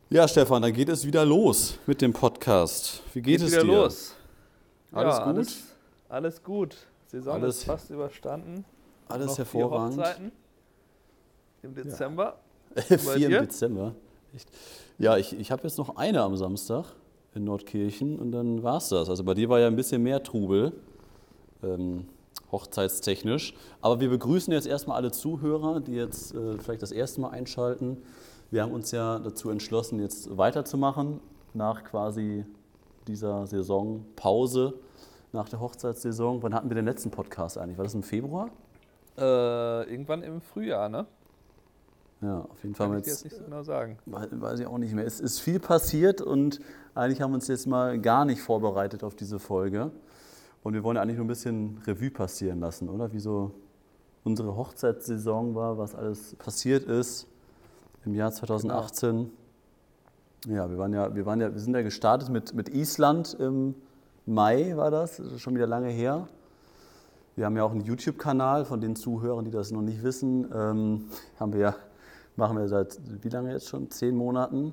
Ja, Stefan, dann geht es wieder los mit dem Podcast. Wie geht es wieder dir? los. Alles Ja, gut? alles gut. Saison ist Alles, fast überstanden. Nur alles noch 4 hervorragend. Hochzeiten im Ja. Dezember. Und bei 4 im dir? Dezember. Echt? Ja, ich habe jetzt noch eine am Samstag in Nordkirchen und dann war's das. Also bei dir war ja ein bisschen mehr Trubel, ähm, hochzeitstechnisch. Aber wir begrüßen jetzt erstmal alle Zuhörer, die jetzt vielleicht das erste Mal einschalten. Wir haben uns ja dazu entschlossen, jetzt weiterzumachen nach quasi dieser Saisonpause, nach der Hochzeitssaison. Wann hatten wir den letzten Podcast eigentlich? War das im Februar? Irgendwann im Frühjahr, ne? Ja, auf jeden Fall Kann haben wir ich dir jetzt jetzt, nicht so genau sagen. weiß ich auch nicht mehr. Es ist viel passiert und eigentlich haben wir uns jetzt mal gar nicht vorbereitet auf diese Folge. Und wir wollen ja eigentlich nur ein bisschen Revue passieren lassen, oder? Wie so unsere Hochzeitssaison war, was alles passiert ist im Jahr Genau. 2018. Ja, wir sind ja gestartet mit Island im Mai, war das ist schon wieder lange her. Wir haben ja auch einen YouTube-Kanal, von den Zuhörern, die das noch nicht wissen, machen wir seit wie lange jetzt schon? 10 Monaten.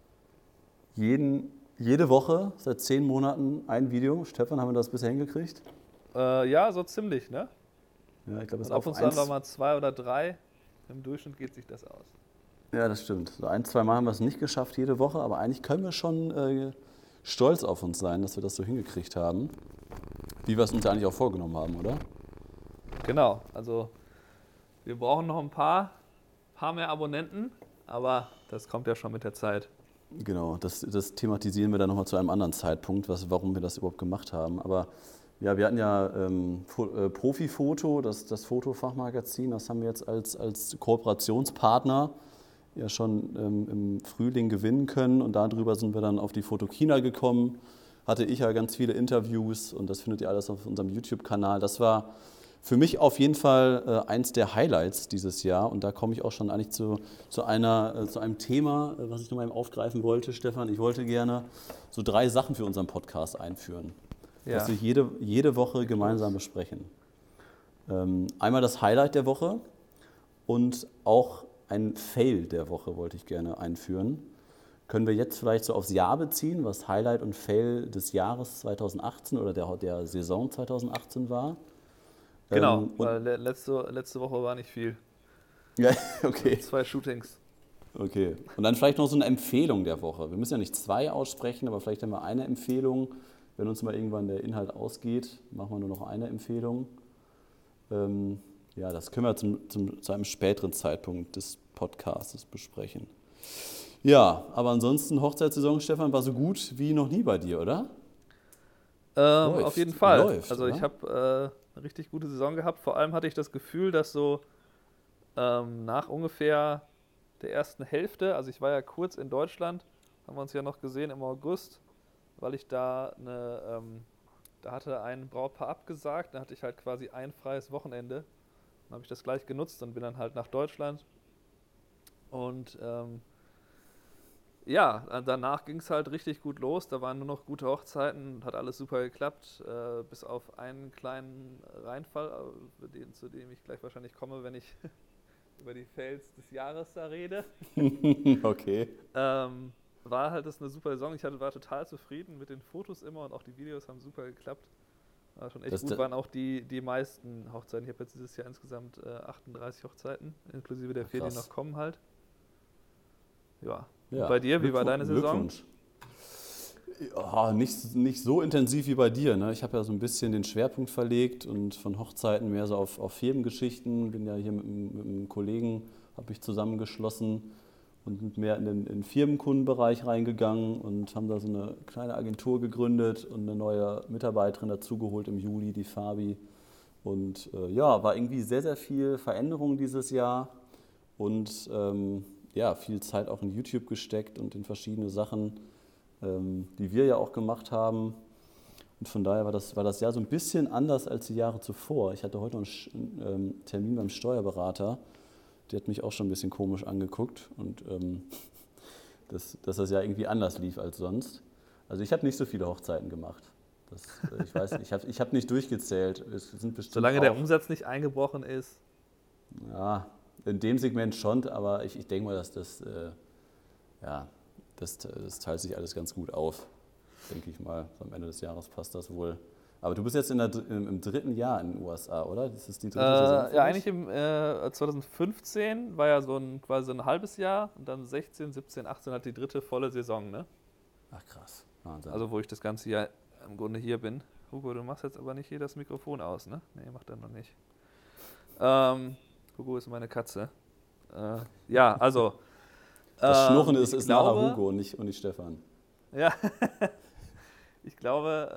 Jede Woche, seit 10 Monaten ein Video. Stefan, haben wir das bisher hingekriegt? Ja, so ziemlich, ne? Ja, ich glaube, es Und ist ab auf und zu haben wir 1. mal 2 oder 3. Im Durchschnitt geht sich das aus. Ja, das stimmt. So 1, 2 Mal haben wir es nicht geschafft jede Woche, aber eigentlich können wir schon stolz auf uns sein, dass wir das so hingekriegt haben. Wie wir es uns ja eigentlich auch vorgenommen haben, oder? Genau, also wir brauchen noch ein paar mehr Abonnenten, aber das kommt ja schon mit der Zeit. Genau, das thematisieren wir dann nochmal zu einem anderen Zeitpunkt, warum wir das überhaupt gemacht haben. Aber ja, wir hatten ja Profifoto, das Fotofachmagazin, das haben wir jetzt als Kooperationspartner ja schon im Frühling gewinnen können. Und darüber sind wir dann auf die Fotokina gekommen. Hatte ich ja ganz viele Interviews und das findet ihr alles auf unserem YouTube-Kanal. Das war für mich auf jeden Fall eins der Highlights dieses Jahr. Und da komme ich auch schon eigentlich zu einem Thema, was ich noch mal aufgreifen wollte, Stefan. Ich wollte gerne so 3 Sachen für unseren Podcast einführen, was Ja, wir jede Woche leg gemeinsam los. besprechen. Einmal das Highlight der Woche und auch ein Fail der Woche wollte ich gerne einführen. Können wir jetzt vielleicht so aufs Jahr beziehen, was Highlight und Fail des Jahres 2018 oder der Saison 2018 war? Genau, Und weil letzte Woche war nicht viel. ja, okay, 2 Shootings. okay. Und dann vielleicht noch so eine Empfehlung der Woche. Wir müssen ja nicht 2 aussprechen, aber vielleicht haben wir eine Empfehlung. Wenn uns mal irgendwann der Inhalt ausgeht, machen wir nur noch eine Empfehlung. Ja, das können wir zu einem späteren Zeitpunkt des Podcasts besprechen. Ja, aber ansonsten Hochzeitssaison, Stefan, war so gut wie noch nie bei dir, oder? Auf jeden Fall. Läuft, Also ich oder? habe eine richtig gute Saison gehabt. Vor allem hatte ich das Gefühl, dass so nach ungefähr der ersten Hälfte, also ich war ja kurz in Deutschland, haben wir uns ja noch gesehen im August, weil ich da hatte ein Brautpaar abgesagt, da hatte ich halt quasi ein freies Wochenende. Dann habe ich das gleich genutzt und bin dann halt nach Deutschland. Und ja, danach ging es halt richtig gut los. Da waren nur noch gute Hochzeiten, hat alles super geklappt, bis auf einen kleinen Reinfall, zu dem ich gleich wahrscheinlich komme, wenn ich über die Fails des Jahres da rede. Okay. War halt das eine super Saison. War total zufrieden mit den Fotos immer und auch die Videos haben super geklappt. War schon echt Das, gut, waren auch die meisten Hochzeiten. Ich habe jetzt dieses Jahr insgesamt 38 Hochzeiten, inklusive der 4, die noch krass. kommen halt. Ja. Und Ja, bei dir, wie war deine Saison? Glückwunsch. Ja, nicht so intensiv wie bei dir. Ne? Ich habe ja so ein bisschen den Schwerpunkt verlegt und von Hochzeiten mehr so auf Firmengeschichten. Bin ja hier mit einem Kollegen, habe ich zusammengeschlossen und sind mehr in den Firmenkundenbereich reingegangen und haben da so eine kleine Agentur gegründet und eine neue Mitarbeiterin dazugeholt im Juli, die Fabi. Und ja, war irgendwie sehr, sehr viel Veränderung dieses Jahr und ja, viel Zeit auch in YouTube gesteckt und in verschiedene Sachen, die wir ja auch gemacht haben. Und von daher war das Jahr so ein bisschen anders als die Jahre zuvor. Ich hatte heute noch einen Termin beim Steuerberater. Der hat mich auch schon ein bisschen komisch angeguckt und dass das Jahr irgendwie anders lief als sonst. Also ich habe nicht so viele Hochzeiten gemacht. Ich weiß, ich hab nicht durchgezählt. Es sind bestimmt Solange der auch, Umsatz nicht eingebrochen ist. ja, in dem Segment schon, aber ich denke mal, dass ja, das teilt sich alles ganz gut auf, denke ich mal. Am Ende des Jahres passt das wohl. Aber du bist jetzt im dritten Jahr in den USA, oder? Das ist die dritte Saison für Ja, dich? eigentlich im 2015 war ja quasi so ein halbes Jahr und dann 16, 17, 18 halt die dritte volle Saison, ne? Ach krass, Wahnsinn. Also wo ich das ganze Jahr im Grunde hier bin. Hugo, du machst jetzt aber nicht hier das Mikrofon aus, ne? Nee, macht er noch nicht. Hugo ist meine Katze. Ja, also. Das Schnurren ich ist glaube, nachher Hugo und nicht Stefan. Ja, ich glaube,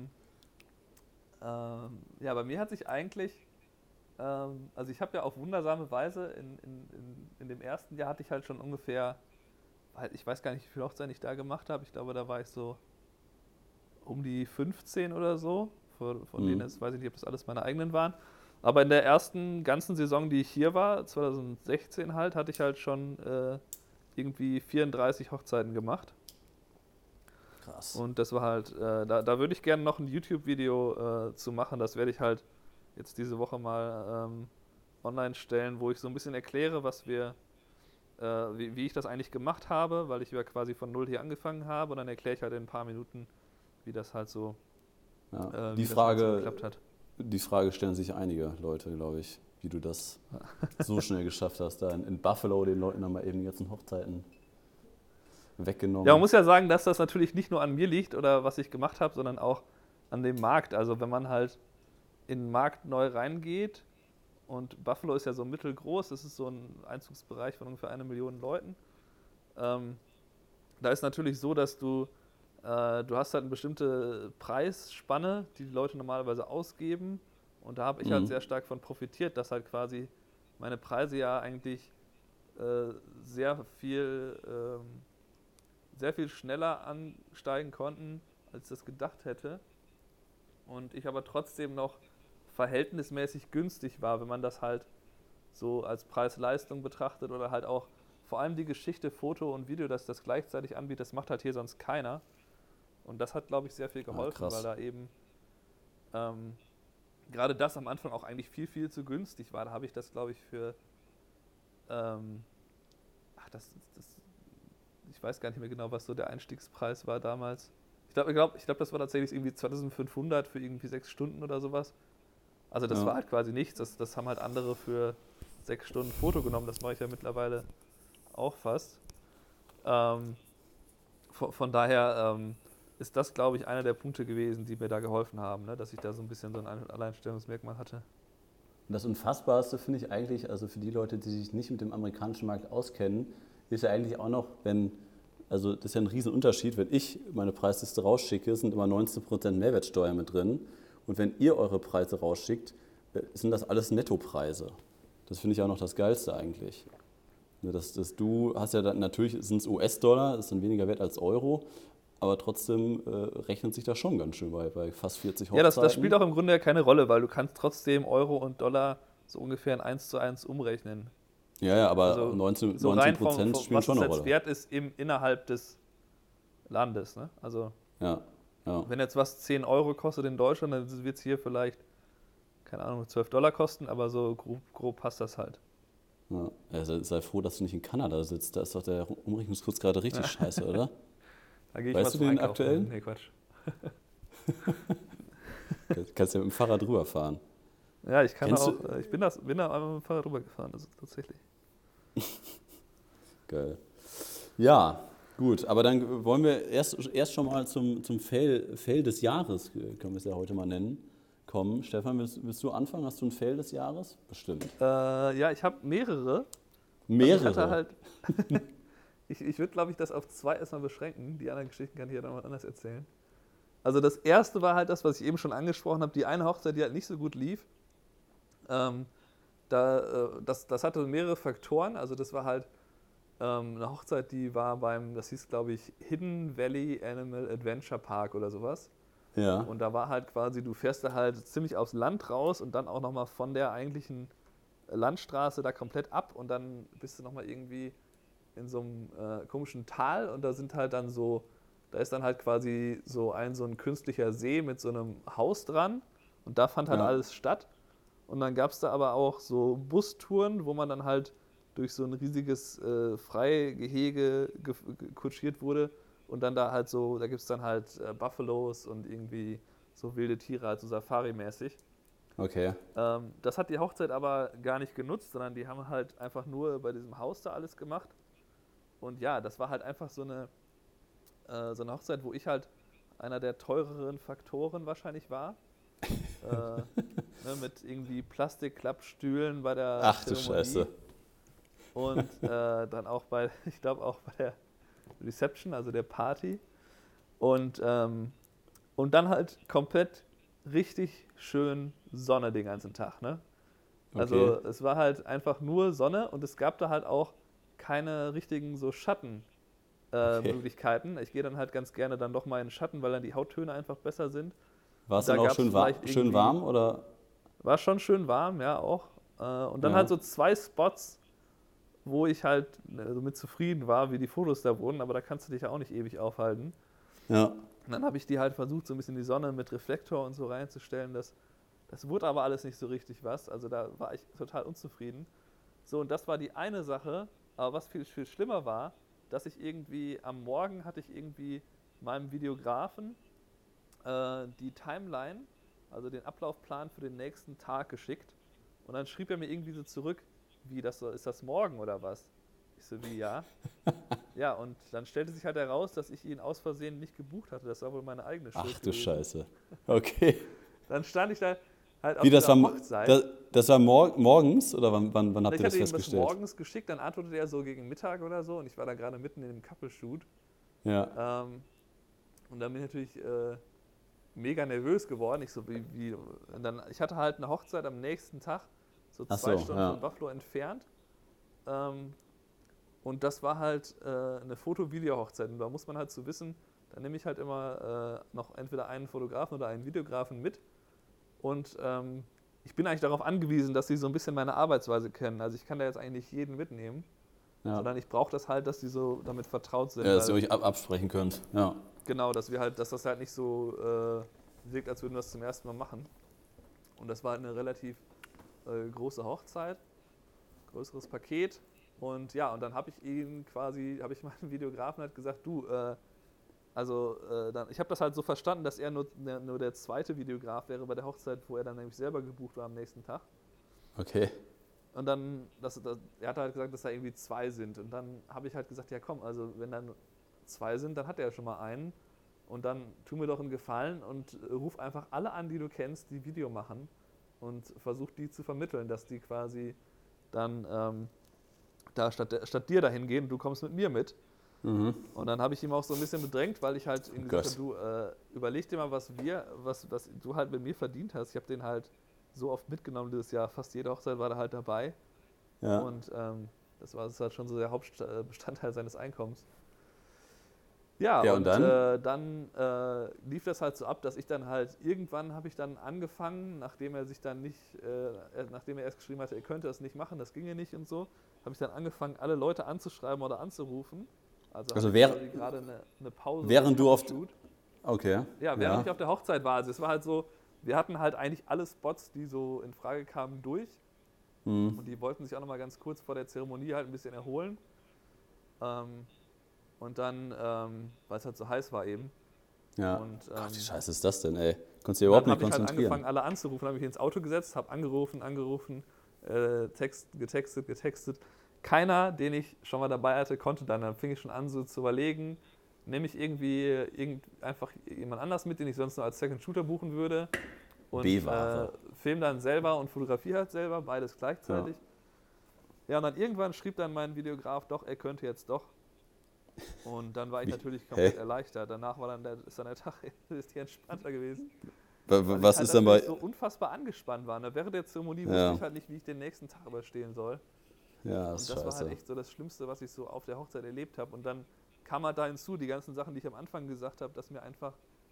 ja, bei mir hat sich eigentlich, also ich habe ja auf wundersame Weise in dem ersten Jahr hatte ich halt schon ungefähr, halt, ich weiß gar nicht, wie viele Hochzeiten ich da gemacht habe. Ich glaube, da war ich so um die 15 oder so. Von denen weiß ich nicht, ob das alles meine eigenen waren. Aber in der ersten ganzen Saison, die ich hier war, 2016 halt, hatte ich halt schon irgendwie 34 Hochzeiten gemacht. Krass. Und das war halt, da würde ich gerne noch ein YouTube-Video zu machen. Das werde ich halt jetzt diese Woche mal online stellen, wo ich so ein bisschen erkläre, wie ich das eigentlich gemacht habe, weil ich ja quasi von null hier angefangen habe. Und dann erkläre ich halt in ein paar Minuten, wie das halt so, Ja. wie das halt so geklappt hat. Die Frage stellen sich einige Leute, glaube ich, wie du das so schnell geschafft hast, da in Buffalo den Leuten dann mal eben die ganzen Hochzeiten weggenommen. Ja, man muss ja sagen, dass das natürlich nicht nur an mir liegt oder was ich gemacht habe, sondern auch an dem Markt. Also wenn man halt in den Markt neu reingeht und Buffalo ist ja so mittelgroß, das ist so ein Einzugsbereich von ungefähr 1 Million Leuten. Da ist natürlich so, dass du hast halt eine bestimmte Preisspanne, die Leute normalerweise ausgeben. Und da habe ich halt sehr stark von profitiert, dass halt quasi meine Preise ja eigentlich sehr viel schneller ansteigen konnten, als ich das gedacht hätte. Und ich aber trotzdem noch verhältnismäßig günstig war, wenn man das halt so als Preis-Leistung betrachtet oder halt auch vor allem die Geschichte Foto und Video, dass das gleichzeitig anbietet, das macht halt hier sonst keiner. Und das hat, glaube ich, sehr viel geholfen, weil da eben gerade das am Anfang auch eigentlich viel, viel zu günstig war. Da habe ich das, glaube ich, für ich weiß gar nicht mehr genau, was so der Einstiegspreis war damals. Ich glaube, das war tatsächlich irgendwie 2500 für irgendwie 6 Stunden oder sowas. Also das war halt quasi nichts. Das haben halt andere für 6 Stunden Foto genommen. Das mache ich ja mittlerweile auch fast. Von daher ist das, glaube ich, einer der Punkte gewesen, die mir da geholfen haben, ne? Dass ich da so ein bisschen so ein Alleinstellungsmerkmal hatte. Und das Unfassbarste finde ich eigentlich, also für die Leute, die sich nicht mit dem amerikanischen Markt auskennen, ist ja eigentlich auch noch, also das ist ja ein Riesenunterschied, wenn ich meine Preisliste rausschicke, sind immer 19% Mehrwertsteuer mit drin. Und wenn ihr eure Preise rausschickt, sind das alles Nettopreise. Das finde ich auch noch das Geilste eigentlich. Du hast ja dann, natürlich sind es US-Dollar, das ist dann weniger wert als Euro, aber trotzdem rechnet sich das schon ganz schön bei fast 40 Hochzeiten. Ja, das spielt auch im Grunde ja keine Rolle, weil du kannst trotzdem Euro und Dollar so ungefähr in 1:1 umrechnen. Ja, aber also 19% so rein spielen schon eine was es Rolle. jetzt wert ist innerhalb des Landes. Ne? Also Ja. wenn jetzt was 10 Euro kostet in Deutschland, dann wird es hier vielleicht, keine Ahnung, 12 Dollar kosten, aber so grob passt das halt. Ja. Also sei froh, dass du nicht in Kanada sitzt. Da ist doch der Umrechnungskurs gerade richtig scheiße, oder? Da gehe ich Weißt mal du den Einkaufen. aktuellen? Nee, Quatsch. Kannst ja mit dem Fahrrad rüberfahren. Ja, ich bin da einmal mit dem Fahrrad rübergefahren, also tatsächlich. Geil. Ja, gut, aber dann wollen wir erst schon mal zum Fail des Jahres, können wir es ja heute mal nennen, kommen. Stefan, willst du anfangen? Hast du ein Fail des Jahres? Bestimmt. Ja, ich habe mehrere. Mehrere? Also ich hatte halt ich würde, glaube ich, das auf 2 erstmal beschränken. Die anderen Geschichten kann ich ja dann mal anders erzählen. Also das erste war halt das, was ich eben schon angesprochen habe, die eine Hochzeit, die halt nicht so gut lief. Das hatte mehrere Faktoren. Also das war halt eine Hochzeit, die war das hieß, glaube ich, Hidden Valley Animal Adventure Park oder sowas. Ja. Und da war halt quasi, du fährst da halt ziemlich aufs Land raus und dann auch nochmal von der eigentlichen Landstraße da komplett ab und dann bist du nochmal irgendwie in so einem komischen Tal und da ist dann halt quasi so ein künstlicher See mit so einem Haus dran und da fand halt alles statt. Und dann gab es da aber auch so Bustouren, wo man dann halt durch so ein riesiges Freigehege kutschiert wurde und dann da halt so, da gibt es dann halt Buffalos und irgendwie so wilde Tiere, halt so Safari-mäßig. Okay. Das hat die Hochzeit aber gar nicht genutzt, sondern die haben halt einfach nur bei diesem Haus da alles gemacht. Und ja, das war halt einfach so eine Hochzeit, wo ich halt einer der teureren Faktoren wahrscheinlich war. Mit irgendwie Plastikklappstühlen bei der Ach du Zeremonie. Scheiße. Und dann auch ich glaube auch bei der Reception, also der Party. Und dann halt komplett richtig schön Sonne den ganzen Tag. Ne? Also Okay. es war halt einfach nur Sonne und es gab da halt auch keine richtigen so Okay. Schattenmöglichkeiten. Ich gehe dann halt ganz gerne dann doch mal in den Schatten, weil dann die Hauttöne einfach besser sind. War es Da dann auch gab es vielleicht schön irgendwie, warm oder? war schon schön warm, ja auch. Und dann Ja. halt so 2 Spots, wo ich halt so mit zufrieden war, wie die Fotos da wurden, aber da kannst du dich ja auch nicht ewig aufhalten. Ja. Und dann habe ich die halt versucht, so ein bisschen die Sonne mit Reflektor und so reinzustellen. Das wurde aber alles nicht so richtig was. Also da war ich total unzufrieden. So, und das war die eine Sache. Aber was viel, viel schlimmer war, dass ich irgendwie am Morgen hatte ich irgendwie meinem Videografen die Timeline, also den Ablaufplan für den nächsten Tag geschickt. Und dann schrieb er mir irgendwie so zurück, wie das so, ist das morgen oder was? Ich so, wie ja? Ja, und dann stellte sich halt heraus, dass ich ihn aus Versehen nicht gebucht hatte. Das war wohl meine eigene Schuld Ach du gewesen. Scheiße. Okay. Dann stand ich da halt auf Wie, das dieser war, Hochzeit. das war morgens oder wann habt Ich ihr das hatte ihm das festgestellt? morgens geschickt, dann antwortete er so gegen Mittag oder so und ich war da gerade mitten in dem Couple-Shoot. Ja. Und dann bin ich natürlich mega nervös geworden. Ich so, und dann, ich hatte halt eine Hochzeit am nächsten Tag, so Ach 2 so, Stunden ja. von Buffalo entfernt. Und das war halt eine Foto-Video-Hochzeit. Und da muss man halt so wissen, da nehme ich halt immer noch entweder einen Fotografen oder einen Videografen mit. Und ich bin eigentlich darauf angewiesen, dass sie so ein bisschen meine Arbeitsweise kennen. Also ich kann da jetzt eigentlich nicht jeden mitnehmen, Ja. sondern ich brauche das halt, dass die so damit vertraut sind. Ja, dass ihr Weil, euch absprechen könnt. Ja. genau, dass das halt nicht so wirkt, als würden wir das zum ersten Mal machen. Und das war halt eine relativ große Hochzeit, größeres Paket. Und ja, und dann habe ich meinem Videografen halt gesagt, du, ich habe das halt so verstanden, dass er nur der zweite Videograf wäre bei der Hochzeit, wo er dann nämlich selber gebucht war am nächsten Tag. Okay. Und dann, er hat halt gesagt, dass da irgendwie 2 sind. Und dann habe ich halt gesagt, ja komm, also wenn dann 2 sind, dann hat er ja schon mal einen. Und dann tu mir doch einen Gefallen und ruf einfach alle an, die du kennst, die Video machen. Und versuch die zu vermitteln, dass die quasi dann da statt dir dahin gehen, du kommst mit mir mit. Mhm. Und dann habe ich ihm auch so ein bisschen bedrängt, weil ich halt ihm gesagt habe, du überleg dir mal, was du halt mit mir verdient hast. Ich habe den halt so oft mitgenommen dieses Jahr, fast jede Hochzeit war da halt dabei. Ja. Und das ist halt schon so der Hauptbestandteil seines Einkommens. Ja, Ja, und und dann? dann lief das halt so ab, dass ich dann halt, irgendwann habe ich dann angefangen, nachdem er erst geschrieben hatte, er könnte das nicht machen, das ginge nicht und so, habe ich dann angefangen, alle Leute anzuschreiben oder anzurufen. Also Also hatte ich quasi gerade eine Pause. während du Shoot. Okay. Ja, während ich auf der Hochzeit war. Also es war halt so, wir hatten halt eigentlich alle Spots, die so in Frage kamen, durch. Mhm. Und die wollten sich auch nochmal ganz kurz vor der Zeremonie halt ein bisschen erholen. Und dann, weil es halt so heiß war eben. Ja. Und, Gott, wie scheiße ist das denn, ey? Konntest du dann dir überhaupt nicht habe ich halt konzentrieren? angefangen, alle anzurufen, habe mich ins Auto gesetzt, habe angerufen, getextet. Keiner, den ich schon mal dabei hatte, konnte dann. Dann fing ich schon an, so zu überlegen, nehme ich irgendwie einfach jemand anders mit, den ich sonst nur als Second Shooter buchen würde. Und B-Ware. film dann selber und fotografiere halt selber, beides gleichzeitig. Ja, und dann irgendwann schrieb dann mein Videograf, doch, er könnte jetzt doch. Und dann war ich natürlich komplett erleichtert. Danach ist dann der Tag ist entspannter gewesen. Was ist dann weil ich bei... so unfassbar angespannt war. Während der Zeremonie wusste ich halt nicht, wie ich den nächsten Tag überstehen soll. Ja, Und das ist das war scheiße. halt echt so das Schlimmste, was ich so auf der Hochzeit erlebt habe. Und dann kam halt da hinzu, die ganzen Sachen, die ich am Anfang gesagt habe, dass ich einfach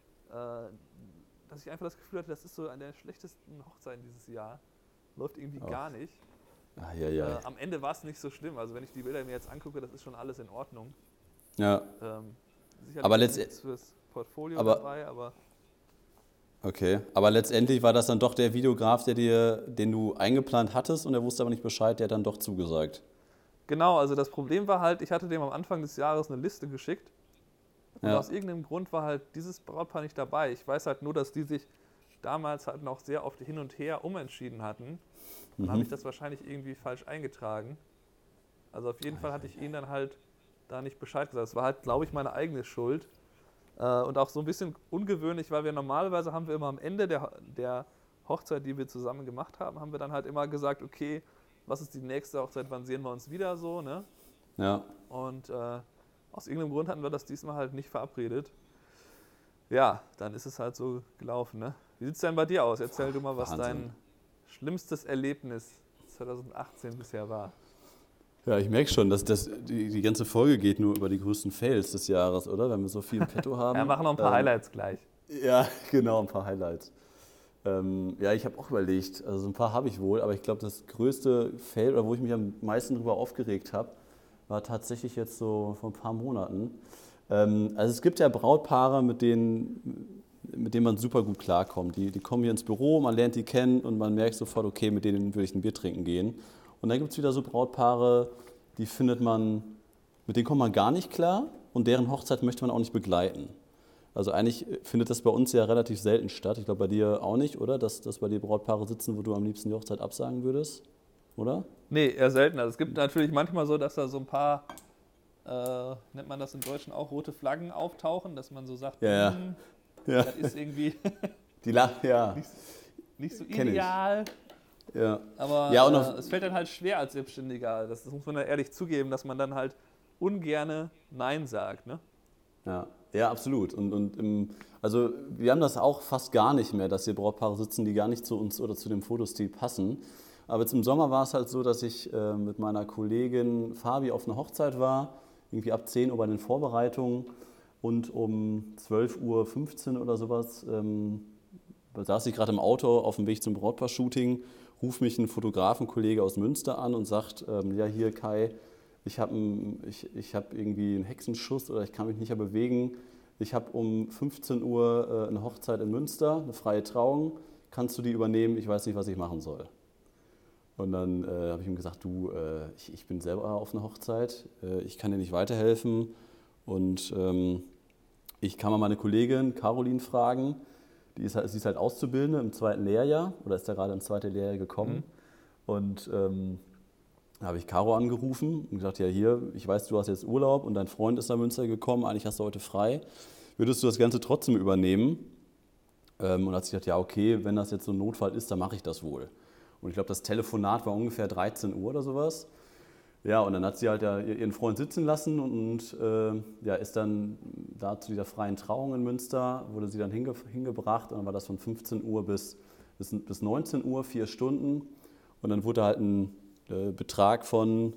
das Gefühl hatte, das ist so eine der schlechtesten Hochzeiten dieses Jahr. Läuft irgendwie gar nicht. Am Ende war es nicht so schlimm. Also wenn ich die Bilder mir jetzt angucke, das ist schon alles in Ordnung. Ja. Sicherlich Aber nichts fürs Portfolio dabei, aber... Okay, aber letztendlich war das dann doch der Videograf, den du eingeplant hattest und er wusste aber nicht Bescheid, der hat dann doch zugesagt. Genau, also das Problem war halt, ich hatte dem am Anfang des Jahres eine Liste geschickt und Ja. aus irgendeinem Grund war halt dieses Brautpaar nicht dabei. Ich weiß halt nur, dass die sich damals halt noch sehr oft hin und her umentschieden hatten. Dann habe ich das wahrscheinlich irgendwie falsch eingetragen. Also auf jeden Fall hatte ich ihnen dann halt da nicht Bescheid gesagt. Das war halt, glaube ich, meine eigene Schuld. Und auch so ein bisschen ungewöhnlich, weil wir normalerweise haben wir immer am Ende der Hochzeit, die wir zusammen gemacht haben, haben wir dann halt immer gesagt, okay, was ist die nächste Hochzeit, wann sehen wir uns wieder so, ne? Ja. Und aus irgendeinem Grund hatten wir das diesmal halt nicht verabredet. Ja, dann ist es halt so gelaufen, ne? Wie sieht es denn bei dir aus? Erzähl du mal, was Wahnsinn. dein schlimmstes Erlebnis 2018 bisher war. Ja, ich merke schon, dass die ganze Folge geht nur über die größten Fails des Jahres, oder? Wenn wir so viel im Petto haben. Ja, machen noch ein paar Highlights gleich. Ja, genau, ein paar Highlights. Ja, ich habe auch überlegt, also so ein paar habe ich wohl, aber ich glaube, das größte Fail, oder wo ich mich am meisten darüber aufgeregt habe, war tatsächlich jetzt so vor ein paar Monaten. Also es gibt ja Brautpaare, mit denen man super gut klarkommt. Die kommen hier ins Büro, man lernt die kennen und man merkt sofort, okay, mit denen würde ich ein Bier trinken gehen. Und dann gibt es wieder so Brautpaare, mit denen kommt man gar nicht klar und deren Hochzeit möchte man auch nicht begleiten. Also eigentlich findet das bei uns ja relativ selten statt. Ich glaube bei dir auch nicht, oder? Dass bei dir Brautpaare sitzen, wo du am liebsten die Hochzeit absagen würdest, oder? Nee, eher selten. Also es gibt natürlich manchmal so, dass da so ein paar, nennt man das im Deutschen auch, rote Flaggen auftauchen, dass man so sagt, Ja, ja. Ja, das ist irgendwie ja, nicht so kenn ich. ideal. Ja. Aber Ja, und auf, es fällt dann halt schwer als Selbstständiger. Das muss man ja ehrlich zugeben, dass man dann halt ungerne Nein sagt. Ne? ja, absolut. Also wir haben das auch fast gar nicht mehr, dass hier Brautpaare sitzen, die gar nicht zu uns oder zu dem Fotostil passen. Aber jetzt im Sommer war es halt so, dass ich mit meiner Kollegin Fabi auf einer Hochzeit war, irgendwie ab 10 Uhr bei den Vorbereitungen und um 12:15 Uhr oder sowas da saß ich gerade im Auto auf dem Weg zum Brautpaar-Shooting, ruft mich ein Fotografenkollege aus Münster an und sagt, ja hier Kai, ich hab irgendwie einen Hexenschuss oder ich kann mich nicht mehr bewegen. Ich habe um 15 Uhr eine Hochzeit in Münster, eine freie Trauung. Kannst du die übernehmen? Ich weiß nicht, was ich machen soll. Und dann habe ich ihm gesagt, du, ich bin selber auf einer Hochzeit, ich kann dir nicht weiterhelfen. Und ich kann mal meine Kollegin Caroline fragen. Sie ist halt Auszubildende im zweiten Lehrjahr oder ist da gerade ins zweite Lehrjahr gekommen. Und da habe ich Caro angerufen und gesagt, ja hier, ich weiß, du hast jetzt Urlaub und dein Freund ist nach Münster gekommen, eigentlich hast du heute frei. Würdest du das Ganze trotzdem übernehmen? Und hat sich gesagt, ja okay, wenn das jetzt so ein Notfall ist, dann mache ich das wohl. Und ich glaube, das Telefonat war ungefähr 13 Uhr oder sowas. Ja, und dann hat sie halt ja ihren Freund sitzen lassen und ja, ist dann da zu dieser freien Trauung in Münster, wurde sie dann hingebracht und dann war das von 15 Uhr bis 19 Uhr, 4 Stunden. Und dann wurde halt ein Betrag von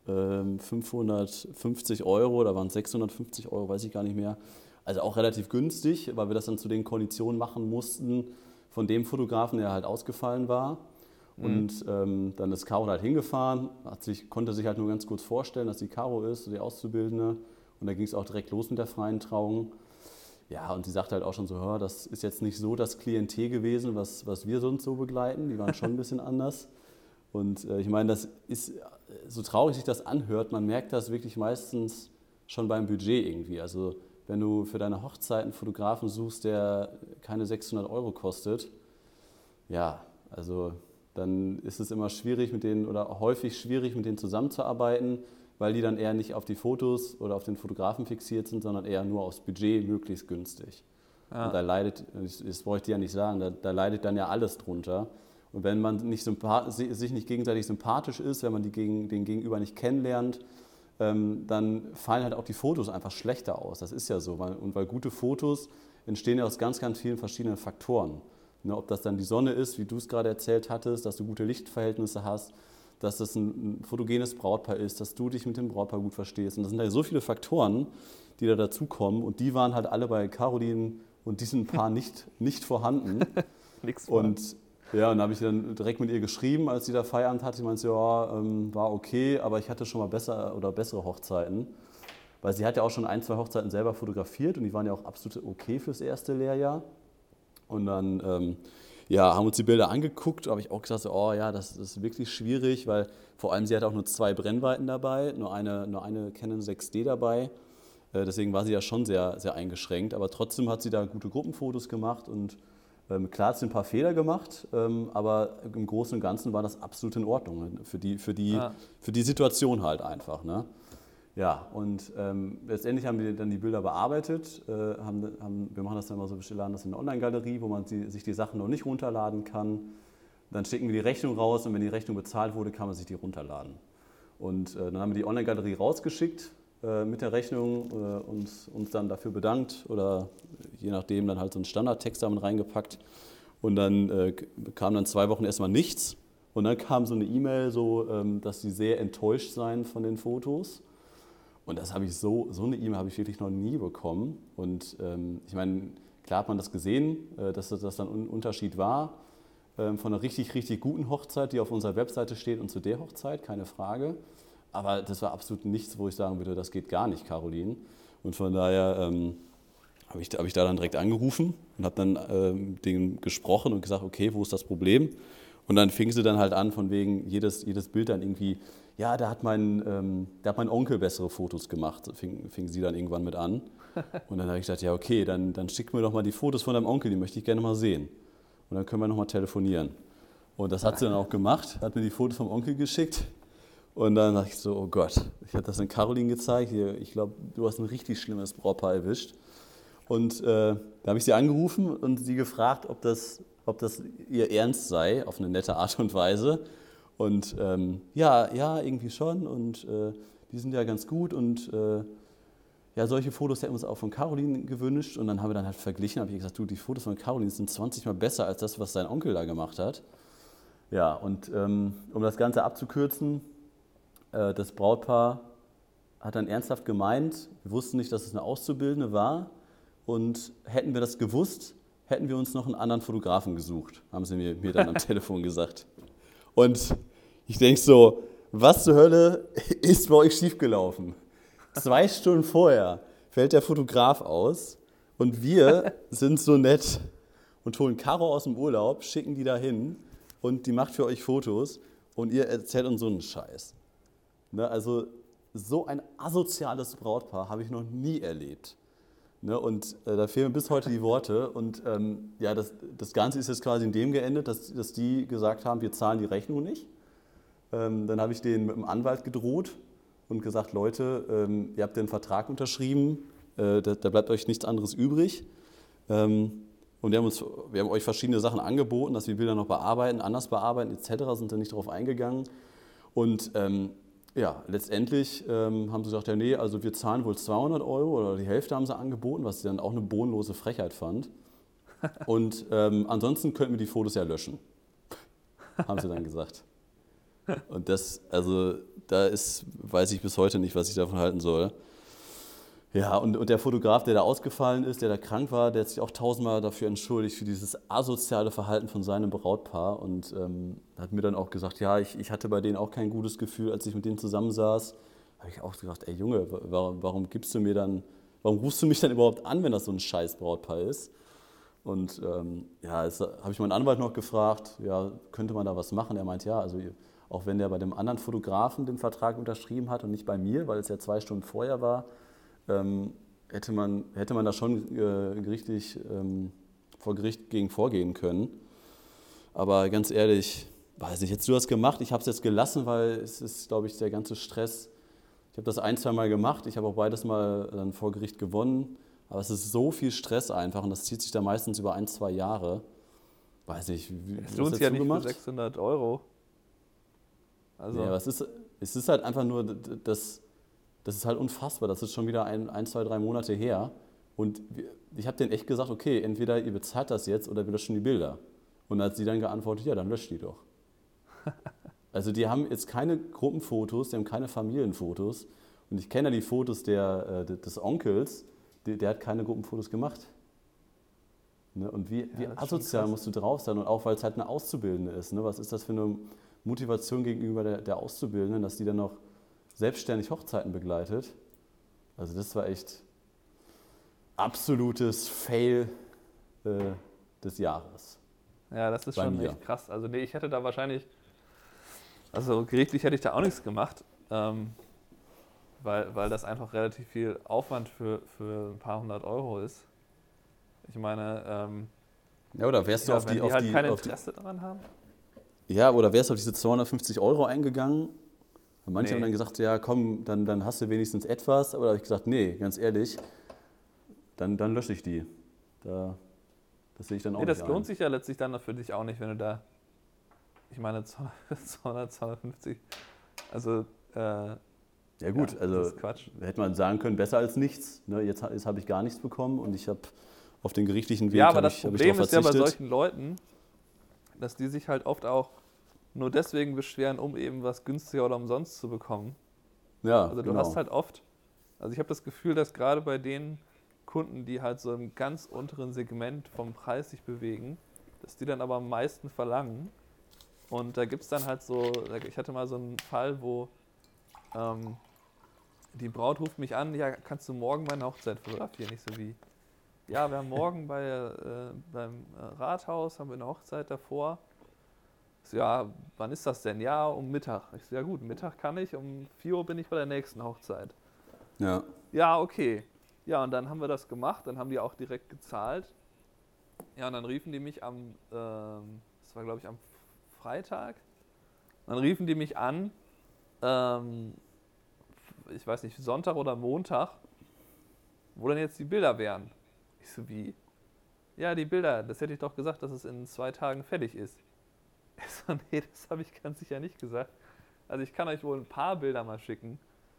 550 Euro, da waren es 650 Euro, weiß ich gar nicht mehr. Also auch relativ günstig, weil wir das dann zu den Konditionen machen mussten von dem Fotografen, der halt ausgefallen war. Und dann ist Caro halt hingefahren, konnte sich halt nur ganz kurz vorstellen, dass die Caro ist, die Auszubildende. Und da ging es auch direkt los mit der freien Trauung. Ja, und sie sagte halt auch schon so, hör, das ist jetzt nicht so das Klientel gewesen, was wir sonst so begleiten. Die waren schon ein bisschen anders. Und ich meine, das ist, so traurig sich das anhört, man merkt das wirklich meistens schon beim Budget irgendwie. Also wenn du für deine Hochzeit einen Fotografen suchst, der keine 600 Euro kostet, ja, also dann ist es immer schwierig mit denen oder häufig schwierig mit denen zusammenzuarbeiten, weil die dann eher nicht auf die Fotos oder auf den Fotografen fixiert sind, sondern eher nur aufs Budget möglichst günstig. Ja. Und da leidet, das wollte ich dir ja nicht sagen, da leidet dann ja alles drunter. Und wenn man sich nicht gegenseitig sympathisch ist, wenn man den Gegenüber nicht kennenlernt, dann fallen halt auch die Fotos einfach schlechter aus. Das ist ja so. Weil gute Fotos entstehen ja aus ganz, ganz vielen verschiedenen Faktoren. Ne, ob das dann die Sonne ist, wie du es gerade erzählt hattest, dass du gute Lichtverhältnisse hast, dass das ein fotogenes Brautpaar ist, dass du dich mit dem Brautpaar gut verstehst. Und das sind ja so viele Faktoren, die da dazukommen. Und die waren halt alle bei Caroline und diesem Paar nicht vorhanden. Nix Und ja, und dann habe ich dann direkt mit ihr geschrieben, als sie da Feierabend hatte. Ich meinte, ja, war okay, aber ich hatte schon mal bessere Hochzeiten. Weil sie hat ja auch schon 1, 2 Hochzeiten selber fotografiert und die waren ja auch absolut okay fürs erste Lehrjahr. Und dann Ja, haben uns die Bilder angeguckt, habe ich auch gesagt, so, oh ja, das ist wirklich schwierig, weil vor allem sie hat auch nur 2 Brennweiten dabei, nur eine Canon 6D dabei. Deswegen war sie ja schon sehr, sehr eingeschränkt, aber trotzdem hat sie da gute Gruppenfotos gemacht und klar hat sie ein paar Fehler gemacht, aber im Großen und Ganzen war das absolut in Ordnung, ne? Ah, Für die Situation halt einfach. Ne? Ja, und letztendlich haben wir dann die Bilder bearbeitet. Wir machen das dann immer so, wir laden das in eine Online-Galerie, wo man sich die Sachen noch nicht runterladen kann. Dann schicken wir die Rechnung raus und wenn die Rechnung bezahlt wurde, kann man sich die runterladen. Und dann haben wir die Online-Galerie rausgeschickt mit der Rechnung, uns dann dafür bedankt oder je nachdem dann halt so einen Standardtext damit reingepackt. Und dann kam dann 2 Wochen erstmal nichts. Und dann kam so eine E-Mail, so, dass sie sehr enttäuscht seien von den Fotos. Und das habe ich so eine E-Mail habe ich wirklich noch nie bekommen. Und ich meine, klar hat man das gesehen, dass das dann ein Unterschied war von einer richtig, richtig guten Hochzeit, die auf unserer Webseite steht, und zu der Hochzeit, keine Frage. Aber das war absolut nichts, wo ich sagen würde, das geht gar nicht, Caroline. Und von daher habe ich da dann direkt angerufen und habe dann mit denen gesprochen und gesagt, okay, wo ist das Problem? Und dann fing sie dann halt an, von wegen jedes Bild dann irgendwie, ja, da hat mein Onkel bessere Fotos gemacht, fing sie dann irgendwann mit an. Und dann habe ich gesagt, ja okay, dann schick mir doch mal die Fotos von deinem Onkel, die möchte ich gerne mal sehen. Und dann können wir nochmal telefonieren. Und das hat sie dann auch gemacht, hat mir die Fotos vom Onkel geschickt. Und dann dachte ich so, oh Gott, ich habe das an Caroline gezeigt, hier, ich glaube, du hast ein richtig schlimmes Brautpaar erwischt. Und da habe ich sie angerufen und sie gefragt, ob das ihr Ernst sei, auf eine nette Art und Weise. Und ja, irgendwie schon. Und die sind ja ganz gut. Und ja, solche Fotos hätten wir uns auch von Caroline gewünscht. Und dann haben wir dann halt verglichen, habe ich gesagt, du, die Fotos von Caroline sind 20 Mal besser als das, was sein Onkel da gemacht hat. Ja, und um das Ganze abzukürzen, das Brautpaar hat dann ernsthaft gemeint, wir wussten nicht, dass es eine Auszubildende war. Und hätten wir das gewusst, hätten wir uns noch einen anderen Fotografen gesucht, haben sie mir dann am Telefon gesagt. Und ich denke so, was zur Hölle ist bei euch schiefgelaufen? 2 Stunden vorher fällt der Fotograf aus und wir sind so nett und holen Caro aus dem Urlaub, schicken die da hin und die macht für euch Fotos und ihr erzählt uns so einen Scheiß. Ne, also so ein asoziales Brautpaar habe ich noch nie erlebt. Ne, und da fehlen mir bis heute die Worte. Und ja, das Ganze ist jetzt quasi in dem geendet, dass die gesagt haben, wir zahlen die Rechnung nicht. Dann habe ich denen mit dem Anwalt gedroht und gesagt, Leute, ihr habt den Vertrag unterschrieben, da bleibt euch nichts anderes übrig. Und wir haben euch verschiedene Sachen angeboten, dass wir Bilder noch bearbeiten, anders bearbeiten etc., sind dann nicht darauf eingegangen. Und ja, letztendlich haben sie gesagt, ja nee, also wir zahlen wohl 200 Euro oder die Hälfte haben sie angeboten, was ich dann auch eine bodenlose Frechheit fand. Und ansonsten könnten wir die Fotos ja löschen, haben sie dann gesagt. Und also weiß ich bis heute nicht, was ich davon halten soll. Ja, und der Fotograf, der da ausgefallen ist, der da krank war, der hat sich auch 1000-mal dafür entschuldigt, für dieses asoziale Verhalten von seinem Brautpaar und hat mir dann auch gesagt, ja, ich hatte bei denen auch kein gutes Gefühl, als ich mit denen zusammensaß. Da habe ich auch gesagt, ey Junge, warum rufst du mich dann überhaupt an, wenn das so ein scheiß Brautpaar ist? Und ja, jetzt habe ich meinen Anwalt noch gefragt, ja, könnte man da was machen? Er meint, ja, also auch wenn der bei dem anderen Fotografen den Vertrag unterschrieben hat und nicht bei mir, weil es ja 2 Stunden vorher war, hätte man da schon vor Gericht gegen vorgehen können. Aber ganz ehrlich, weiß nicht, hättest du das gemacht? Ich habe es jetzt gelassen, weil es ist, glaube ich, der ganze Stress. Ich habe das 1-2 Mal gemacht, ich habe auch beides Mal dann vor Gericht gewonnen. Aber es ist so viel Stress einfach und das zieht sich da meistens über 1-2 Jahre. Weiß nicht, wie es hast lohnt du sich ja dazu nicht für gemacht? 600 Euro. Also, Ja, aber es ist halt einfach nur, das ist halt unfassbar. Das ist schon wieder 2, 3 Monate her. Und ich habe denen echt gesagt, okay, entweder ihr bezahlt das jetzt oder wir löschen die Bilder. Und dann hat sie dann geantwortet, ja, dann löscht die doch. Also die haben jetzt keine Gruppenfotos, die haben keine Familienfotos. Und ich kenne ja die Fotos des Onkels, der hat keine Gruppenfotos gemacht. Ne? Und wie ja, das ist schon asozial krass. musst du drauf sein? Und auch, weil es halt eine Auszubildende ist. Ne? Was ist das für eine Motivation gegenüber der Auszubildenden, dass die dann noch selbstständig Hochzeiten begleitet? Also das war echt absolutes Fail des Jahres. Ja, das ist bei schon mir. echt krass. Also nee, ich hätte da wahrscheinlich, also gerichtlich hätte ich da auch nichts gemacht, weil das einfach relativ viel Aufwand für ein paar hundert Euro ist. Ich meine, Ja, oder wärst du ja, wenn die halt kein Interesse daran haben. ja, oder wärst du auf diese 250 Euro eingegangen? Und manche haben Nee. dann gesagt, ja komm, dann hast du wenigstens etwas. Aber da habe ich gesagt, nee, ganz ehrlich, dann lösche ich die. Das sehe ich dann auch Nee, nicht das lohnt ein. sich ja letztlich dann für dich auch nicht, wenn du da, ich meine, 200, 250, also, Ja ja, gut, das also ist Quatsch. hätte man sagen können, besser als nichts. Ne, jetzt habe ich gar nichts bekommen und ich habe auf den gerichtlichen Ja, Weg aber habe das ich Problem darauf ist ja bei verzichtet. solchen Leuten, dass die sich halt oft auch nur deswegen beschweren, um eben was günstiger oder umsonst zu bekommen. Ja, Also du hast genau. halt oft, also ich habe das Gefühl, dass gerade bei den Kunden, die halt so im ganz unteren Segment vom Preis sich bewegen, dass die dann aber am meisten verlangen. Und da gibt es dann halt so, ich hatte mal so einen Fall, wo ähm, die Braut ruft mich an, ja, kannst du morgen meine Hochzeit fotografieren? Ich so wie, ja, wir haben morgen beim Rathaus, haben wir eine Hochzeit davor. Ich so, ja, wann ist das denn? Ja, um Mittag. Ich so, ja gut, Mittag kann ich, um 4 Uhr bin ich bei der nächsten Hochzeit. Ja, Ja, okay. Ja, und dann haben wir das gemacht, dann haben die auch direkt gezahlt. Ja, und dann riefen die mich das war glaube ich am Freitag, dann riefen die mich an, ähm, ich weiß nicht, Sonntag oder Montag, wo denn jetzt die Bilder wären. Ich so, wie? Ja, die Bilder, das hätte ich doch gesagt, dass es in 2 Tagen fertig ist. Ich so, nee, das habe ich ganz sicher nicht gesagt. Also ich kann euch wohl ein paar Bilder mal schicken.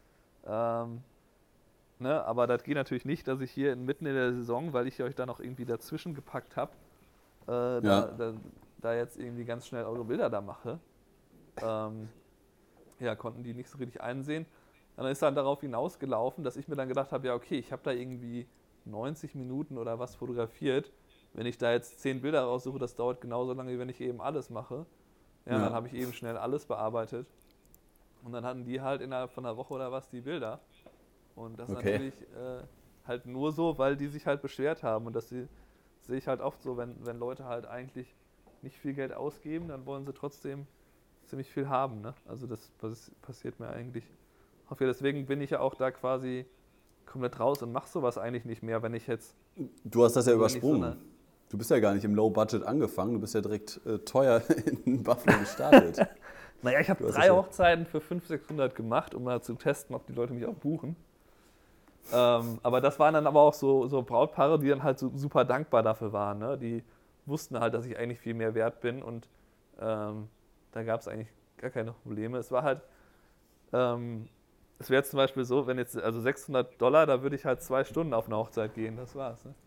Ähm, ne, aber das geht natürlich nicht, dass ich hier mitten in der Saison, weil ich euch da noch irgendwie dazwischen gepackt habe, äh, ja, da, da, da jetzt irgendwie ganz schnell eure Bilder da mache. Ähm, ja, konnten die nicht so richtig einsehen. Und dann ist dann darauf hinausgelaufen, dass ich mir dann gedacht habe, ja okay, ich habe da irgendwie 90 Minuten oder was fotografiert. Wenn ich da jetzt 10 Bilder raussuche, das dauert genauso lange, wie wenn ich eben alles mache. Ja, und dann ja, habe ich eben schnell alles bearbeitet. Und dann hatten die halt innerhalb von einer Woche oder was die Bilder. Und das ist okay. natürlich halt nur so, weil die sich halt beschwert haben. Und das sehe ich halt oft so, wenn Leute halt eigentlich nicht viel Geld ausgeben, dann wollen sie trotzdem ziemlich viel haben. Ne? Also das passiert mir eigentlich häufiger. Deswegen bin ich ja auch da quasi komplett raus und mache sowas eigentlich nicht mehr, wenn ich jetzt, Du hast das ja also wenn ich so übersprungen. eine, Du bist ja gar nicht im Low Budget angefangen, du bist ja direkt teuer in Buffalo gestartet. naja, ich habe Du hast das 3 ja. Hochzeiten für 500, 600 gemacht, um mal zu testen, ob die Leute mich auch buchen. Aber das waren dann aber auch so Brautpaare, die dann halt so super dankbar dafür waren. Ne? Die wussten halt, dass ich eigentlich viel mehr wert bin und da gab es eigentlich gar keine Probleme. Es war halt, es wäre jetzt zum Beispiel so, wenn jetzt, also $600, da würde ich halt 2 Stunden auf eine Hochzeit gehen, das war's. Ne?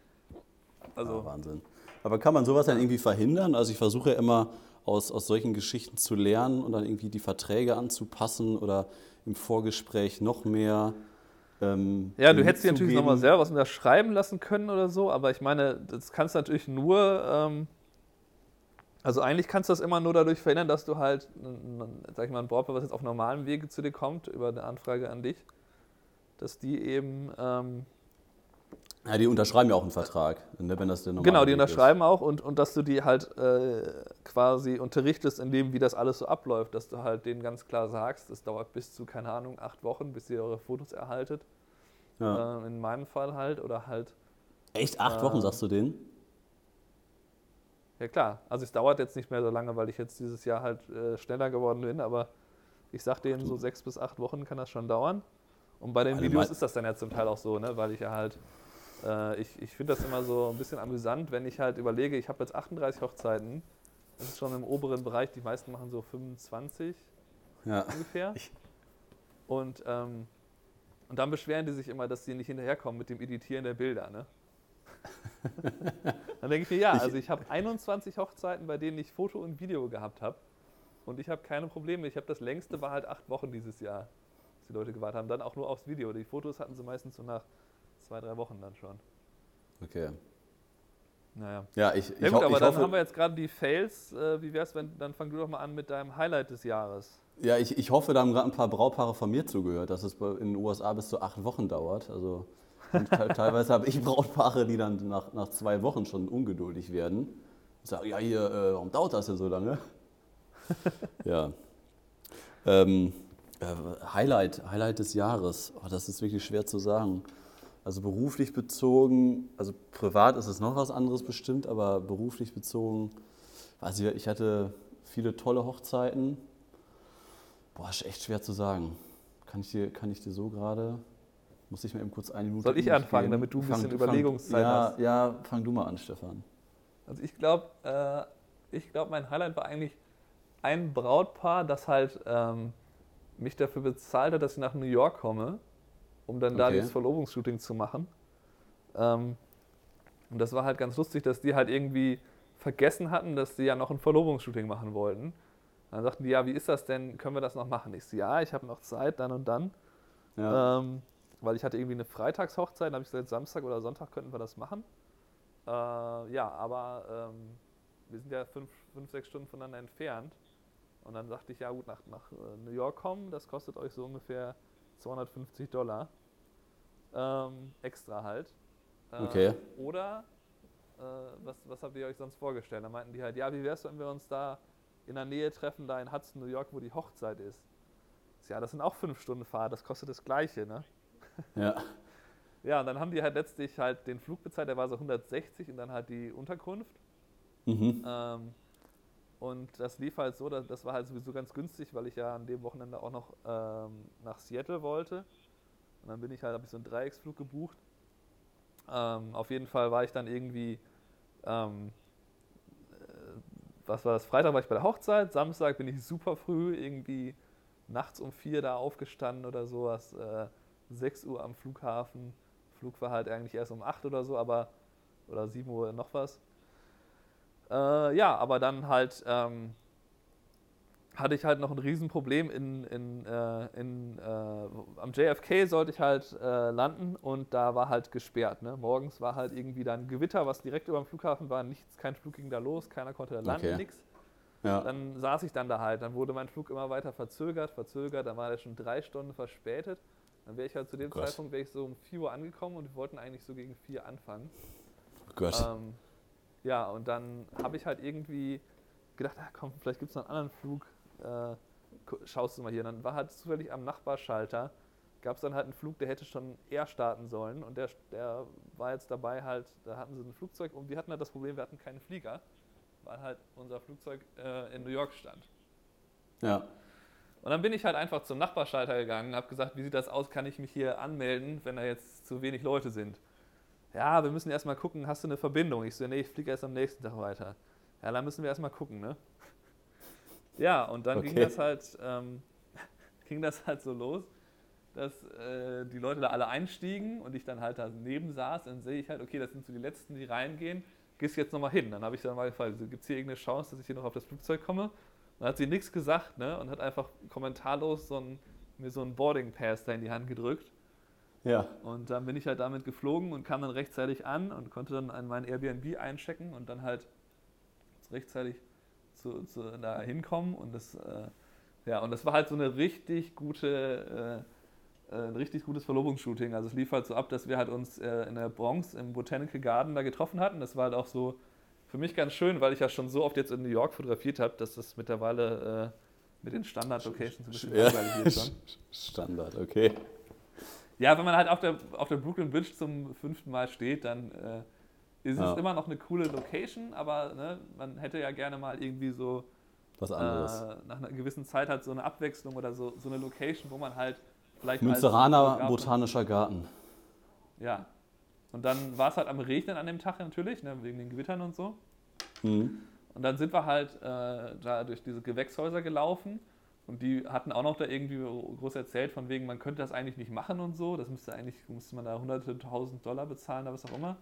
Ah, Also, Wahnsinn. Aber kann man sowas dann ja. irgendwie verhindern? Also ich versuche ja immer aus solchen Geschichten zu lernen und dann irgendwie die Verträge anzupassen oder im Vorgespräch noch mehr Ja, du hättest dir natürlich nochmal mitzugeben. selber was unterschreiben lassen können oder so, aber ich meine, das kannst du natürlich nur, also eigentlich kannst du das immer nur dadurch verhindern, dass du halt, sag ich mal, ein Brautpaar, was jetzt auf normalem Wege zu dir kommt, über eine Anfrage an dich, dass die eben, Ja, die unterschreiben ja auch einen Vertrag, ne, wenn das der genau, normale die Weg ist. unterschreiben auch und dass du die halt quasi unterrichtest in dem, wie das alles so abläuft, dass du halt denen ganz klar sagst, das dauert bis zu, keine Ahnung, 8 Wochen, bis ihr eure Fotos erhaltet, Ja. in meinem Fall halt, oder halt, Echt 8 Wochen, ähm, sagst du denen? ja klar, also es dauert jetzt nicht mehr so lange, weil ich jetzt dieses Jahr halt schneller geworden bin, aber ich sag Ach denen, so du, 6 bis 8 Wochen kann das schon dauern. Und bei den alle Videos mal. ist das dann ja zum Teil auch so, ne? Weil ich ja halt, ich finde das immer so ein bisschen amüsant, wenn ich halt überlege, ich habe jetzt 38 Hochzeiten, das ist schon im oberen Bereich, die meisten machen so 25 Ja. ungefähr. Ich, Und dann beschweren die sich immer, dass sie nicht hinterherkommen mit dem Editieren der Bilder, ne? Dann denke ich mir, ja, ich, also ich habe 21 Hochzeiten, bei denen ich Foto und Video gehabt habe. Und ich habe keine Probleme. Ich habe das längste war halt 8 Wochen dieses Jahr, dass die Leute gewartet haben. Dann auch nur aufs Video. Die Fotos hatten sie meistens so nach 2, 3 Wochen dann schon. okay. Naja. Ja, Ja gut, aber ich dann hoffe, haben wir jetzt gerade die Fails. Wie wär's, wenn, dann fang du doch mal an mit deinem Highlight des Jahres. ja, ich hoffe, da haben gerade ein paar Brautpaare von mir zugehört, dass es in den USA bis zu 8 Wochen dauert. Also und teilweise habe ich Brautpaare, die dann nach 2 Wochen schon ungeduldig werden. sage, ja hier, warum dauert das denn so lange? Ja. Ähm, Highlight des Jahres, das ist wirklich schwer zu sagen. Also beruflich bezogen, also privat ist es noch was anderes bestimmt, aber beruflich bezogen, weiß ich hatte viele tolle Hochzeiten. Boah, ist echt schwer zu sagen. Kann ich dir so gerade, muss ich mir eben kurz eine Minute Soll in ich mich anfangen, gehen. damit du ein bisschen Überlegungszeit hast? Ja, fang du mal an, Stefan. Also ich glaube, mein Highlight war eigentlich ein Brautpaar, das halt mich dafür bezahlt hat, dass ich nach New York komme, um dann da Okay, dieses Verlobungsshooting zu machen. Ähm, und das war halt ganz lustig, dass die halt irgendwie vergessen hatten, dass sie ja noch ein Verlobungsshooting machen wollten. Dann sagten die, ja, wie ist das denn? Können wir das noch machen? Ich so, ja, ich habe noch Zeit, dann und dann. ja, Weil ich hatte irgendwie eine Freitagshochzeit, dann habe ich gesagt, Samstag oder Sonntag könnten wir das machen. Ja, aber wir sind ja 5, 6 Stunden voneinander entfernt. Und dann sagte ich, ja gut, nach New York kommen, das kostet euch so ungefähr $250. Extra halt. okay. Oder, was habt ihr euch sonst vorgestellt? Da meinten die halt, ja, wie wär's, wenn wir uns da in der Nähe treffen, da in Hudson, New York, wo die Hochzeit ist? Ich so, ja, das sind auch 5 Stunden Fahrt, das kostet das Gleiche, ne? Ja, Ja, und dann haben die halt letztlich halt den Flug bezahlt, der war so 160 und dann halt die Unterkunft. mhm. Ähm, und das lief halt so, das war halt sowieso ganz günstig, weil ich ja an dem Wochenende auch noch nach Seattle wollte. Und dann habe ich so einen Dreiecksflug gebucht. Auf jeden Fall war ich dann irgendwie, ähm, was war das? Freitag war ich bei der Hochzeit, Samstag bin ich super früh, irgendwie nachts um 4 da aufgestanden oder sowas, 6 Uhr am Flughafen. Flug war halt eigentlich erst um 8 oder so, oder 7 Uhr noch was. Ja, aber dann halt hatte ich halt noch ein Riesenproblem am JFK sollte ich halt landen und da war halt gesperrt. Ne? Morgens war halt irgendwie dann Gewitter, was direkt über dem Flughafen war, kein Flug ging da los, keiner konnte da landen, Okay. nix. Ja, Dann saß ich dann da halt, dann wurde mein Flug immer weiter verzögert, dann war der schon 3 Stunden verspätet. Dann wäre ich halt zu oh dem Gott, Zeitpunkt wäre ich so um 4 Uhr angekommen und wir wollten eigentlich so gegen 4 anfangen. oh Gott. Ähm, ja, und dann habe ich halt irgendwie gedacht, komm, vielleicht gibt es noch einen anderen Flug. Äh, Schaust du mal hier. Und dann war halt zufällig am Nachbarschalter, gab es dann halt einen Flug, der hätte schon eher starten sollen. Und der war jetzt dabei halt, da hatten sie ein Flugzeug und wir hatten halt das Problem, wir hatten keine Flieger, weil halt unser Flugzeug in New York stand. Ja, Und dann bin ich halt einfach zum Nachbarschalter gegangen, habe gesagt, wie sieht das aus, kann ich mich hier anmelden, wenn da jetzt zu wenig Leute sind? Ja, wir müssen erstmal gucken, hast du eine Verbindung? Ich so, nee, ich fliege erst am nächsten Tag weiter. Ja, dann müssen wir erstmal gucken, ne? Ja, und dann okay. ging das halt so los, dass die Leute da alle einstiegen und ich dann halt daneben saß. Dann sehe ich halt, okay, das sind so die Letzten, die reingehen. Gehst jetzt nochmal hin. Dann habe ich dann mal gefragt, gibt es hier irgendeine Chance, dass ich hier noch auf das Flugzeug komme? Dann hat sie nichts gesagt, ne? Und hat einfach kommentarlos mir so einen Boarding Pass da in die Hand gedrückt. Ja, Und dann bin ich halt damit geflogen und kam dann rechtzeitig an und konnte dann an mein Airbnb einchecken und dann halt rechtzeitig da hinkommen. Und das war halt so eine ein richtig gutes Verlobungsshooting. Also es lief halt so ab, dass wir halt uns in der Bronx im Botanical Garden da getroffen hatten. Das war halt auch so für mich ganz schön, weil ich ja schon so oft jetzt in New York fotografiert habe, dass das mittlerweile mit den Standard-Locations ein bisschen ja. langweilig wird schon. Standard, okay. Ja, wenn man halt auf der Brooklyn Bridge zum 5. Mal steht, dann ist es Ja, immer noch eine coole Location, aber ne, man hätte ja gerne mal irgendwie so was anderes. nach einer gewissen Zeit halt so eine Abwechslung oder so eine Location, wo man halt vielleicht als Münsteraner Fotograf Botanischer Garten. ja. Und dann war es halt am Regnen an dem Tag natürlich, ne, wegen den Gewittern und so. Mhm. Und dann sind wir halt da durch diese Gewächshäuser gelaufen und die hatten auch noch da irgendwie groß erzählt, von wegen, man könnte das eigentlich nicht machen und so. Müsste man da hunderte tausend Dollar bezahlen oder was auch immer.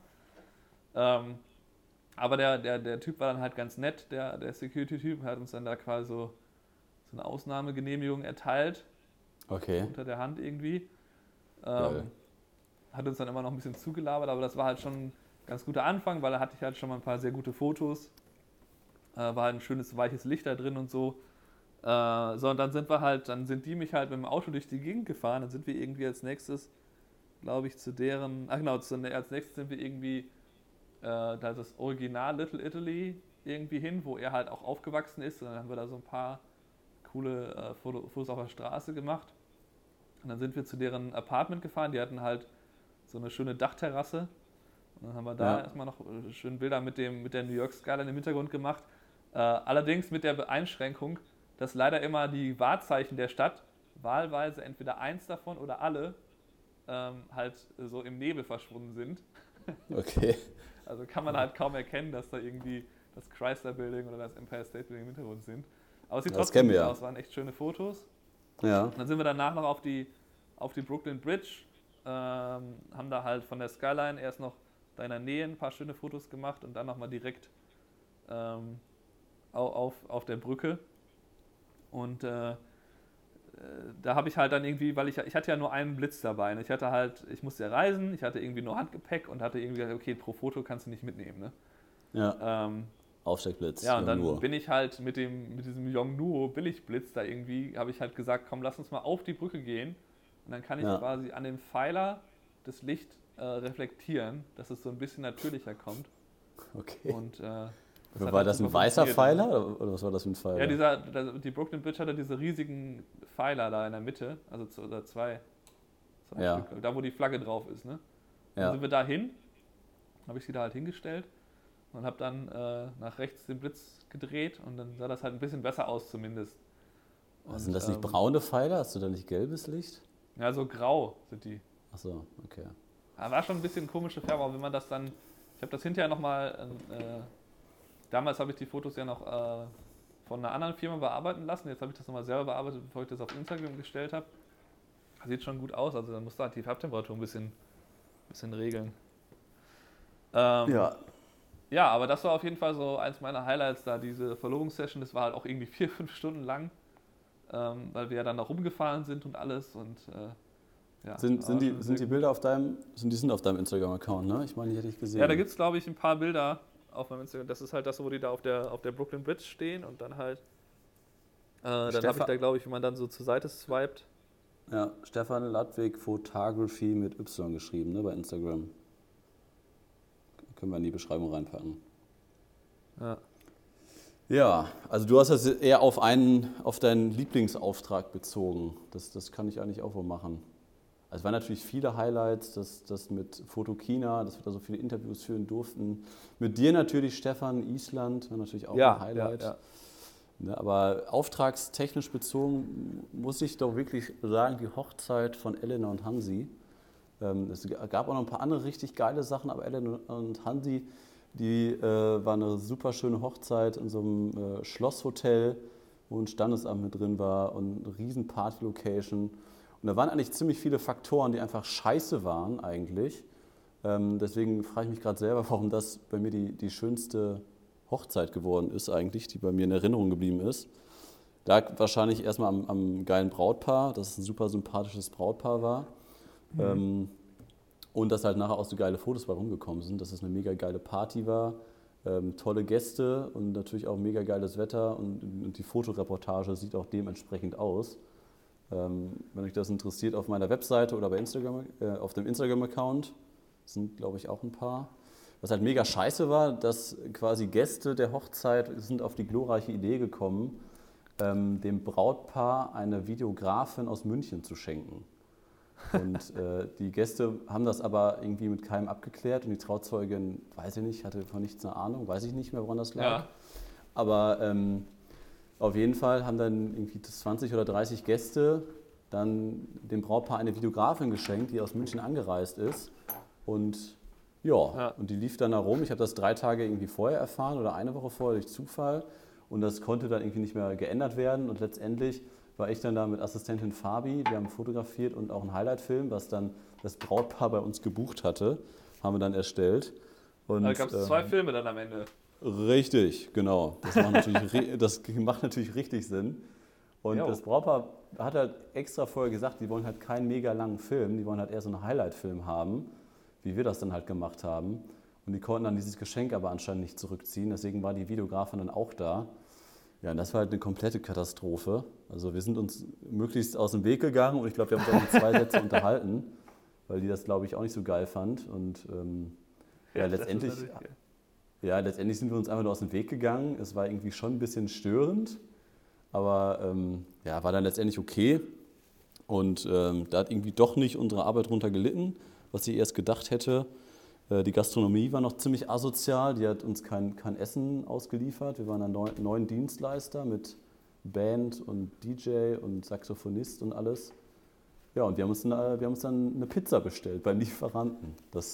Aber der Typ war dann halt ganz nett, der Security-Typ, hat uns dann da quasi so eine Ausnahmegenehmigung erteilt, Okay, unter der Hand irgendwie. geil. Hat uns dann immer noch ein bisschen zugelabert, aber das war halt schon ein ganz guter Anfang, weil da hatte ich halt schon mal ein paar sehr gute Fotos. War halt ein schönes weiches Licht da drin und so. Und dann sind die mich halt mit dem Auto durch die Gegend gefahren. Dann sind wir irgendwie als nächstes, glaube ich, als nächstes sind wir irgendwie da das Original Little Italy irgendwie hin, wo er halt auch aufgewachsen ist. Und dann haben wir da so ein paar coole Fotos auf der Straße gemacht. Und dann sind wir zu deren Apartment gefahren. Die hatten halt so eine schöne Dachterrasse. Und dann haben wir da erstmal noch schöne Bilder mit der New York Skyline im Hintergrund gemacht. Allerdings mit der Einschränkung, dass leider immer die Wahrzeichen der Stadt wahlweise entweder eins davon oder alle halt so im Nebel verschwunden sind. Okay. Also kann man halt kaum erkennen, dass da irgendwie das Chrysler Building oder das Empire State Building im Hintergrund sind. Aber es sieht trotzdem gut aus, waren echt schöne Fotos. Ja. Und dann sind wir danach noch auf die Brooklyn Bridge, haben da halt von der Skyline erst noch da in der Nähe ein paar schöne Fotos gemacht und dann nochmal direkt auf der Brücke. Und da habe ich halt dann irgendwie, weil ich hatte ja nur einen Blitz dabei. Ne? Ich musste ja reisen, ich hatte irgendwie nur Handgepäck und hatte irgendwie gesagt, okay, pro Foto kannst du nicht mitnehmen. Ne? Ja. Aufsteckblitz. Ja, und dann bin ich halt mit diesem Yongnuo Billigblitz da irgendwie, habe ich halt gesagt, komm, lass uns mal auf die Brücke gehen. Und dann kann ich quasi an dem Pfeiler das Licht reflektieren, dass es so ein bisschen natürlicher kommt. Okay. Und war das ein weißer Pfeiler oder was war das für ein Pfeiler? Ja, die Brooklyn Bridge hatte diese riesigen Pfeiler da in der Mitte, also zwei Stück, da wo die Flagge drauf ist. Ne? Dann sind wir da hin, habe ich sie da halt hingestellt und habe dann nach rechts den Blitz gedreht und dann sah das halt ein bisschen besser aus zumindest. Und, sind das nicht braune Pfeiler? Hast du da nicht gelbes Licht? Ja, so grau sind die. Ach so, okay. Ja, war schon ein bisschen komische Färbung, wenn man das dann, ich habe das hinterher nochmal, damals habe ich die Fotos ja noch von einer anderen Firma bearbeiten lassen, jetzt habe ich das nochmal selber bearbeitet, bevor ich das auf Instagram gestellt habe. Das sieht schon gut aus, also dann musst du halt die Farbtemperatur ein bisschen regeln. Ja, aber das war auf jeden Fall so eins meiner Highlights da, diese Verlobungssession, das war halt auch irgendwie 4-5 Stunden lang, weil wir ja dann da rumgefahren sind und alles und sind die Bilder auf deinem Instagram-Account, ne? Ich meine, die hätte ich gesehen. Ja, da gibt es, glaube ich, ein paar Bilder auf meinem Instagram. Das ist halt das, wo die da auf der Brooklyn Bridge stehen und dann halt, dann habe ich da, glaube ich, wenn man dann so zur Seite swiped. Ja, Stefan Ludwig Photography mit Y geschrieben, ne, bei Instagram. Können wir in die Beschreibung reinpacken. Ja, also du hast das eher auf deinen Lieblingsauftrag bezogen. Das kann ich eigentlich auch wohl machen. Also es waren natürlich viele Highlights, das mit Photokina, dass wir da so viele Interviews führen durften. Mit dir natürlich, Stefan, Island, war natürlich auch ein Highlight. Ja, aber auftragstechnisch bezogen muss ich doch wirklich sagen, die Hochzeit von Elena und Hansi. Es gab auch noch ein paar andere richtig geile Sachen, aber Elena und Hansi, die war eine super schöne Hochzeit in so einem Schlosshotel, wo ein Standesamt mit drin war und eine riesen Party-Location. Und da waren eigentlich ziemlich viele Faktoren, die einfach scheiße waren eigentlich. Deswegen frage ich mich gerade selber, warum das bei mir die schönste Hochzeit geworden ist eigentlich, die bei mir in Erinnerung geblieben ist. Da wahrscheinlich erstmal am geilen Brautpaar, dass es ein super sympathisches Brautpaar war. Und dass halt nachher auch so geile Fotos bei rumgekommen sind, dass es eine mega geile Party war, tolle Gäste und natürlich auch mega geiles Wetter und die Fotoreportage sieht auch dementsprechend aus. Wenn euch das interessiert, auf meiner Webseite oder bei Instagram, auf dem Instagram-Account, sind glaube ich auch ein paar. Was halt mega scheiße war, dass quasi Gäste der Hochzeit sind auf die glorreiche Idee gekommen, dem Brautpaar eine Videografin aus München zu schenken. Und die Gäste haben das aber irgendwie mit keinem abgeklärt und die Trauzeugin, weiß ich nicht, hatte von nichts eine Ahnung, weiß ich nicht mehr, woran das lag. Ja. Aber auf jeden Fall haben dann irgendwie 20 oder 30 Gäste dann dem Brautpaar eine Videografin geschenkt, die aus München angereist ist. Und und die lief dann da rum. Ich habe das 3 Tage irgendwie vorher erfahren oder eine Woche vorher durch Zufall. Und das konnte dann irgendwie nicht mehr geändert werden. Und letztendlich war ich dann da mit Assistentin Fabi. Wir haben fotografiert und auch einen Highlight-Film, was dann das Brautpaar bei uns gebucht hatte, haben wir dann erstellt. Und da gab es 2 Filme dann am Ende. Richtig, genau. Das macht natürlich richtig Sinn. Und das Brautpaar hat halt extra vorher gesagt, die wollen halt keinen mega langen Film, die wollen halt eher so einen Highlight-Film haben, wie wir das dann halt gemacht haben. Und die konnten dann dieses Geschenk aber anscheinend nicht zurückziehen, deswegen war die Videografin dann auch da. Ja, und das war halt eine komplette Katastrophe. Also wir sind uns möglichst aus dem Weg gegangen und ich glaube, wir haben uns auch mit 2 Sätze unterhalten, weil die das, glaube ich, auch nicht so geil fand. Und letztendlich... Ja, letztendlich sind wir uns einfach nur aus dem Weg gegangen. Es war irgendwie schon ein bisschen störend, aber ja, war dann letztendlich okay. Und da hat irgendwie doch nicht unsere Arbeit drunter gelitten, was ich erst gedacht hätte. Die Gastronomie war noch ziemlich asozial, die hat uns kein Essen ausgeliefert. Wir waren ein neuen Dienstleister mit Band und DJ und Saxophonist und alles. Ja, und wir haben uns dann eine Pizza bestellt beim Lieferanten.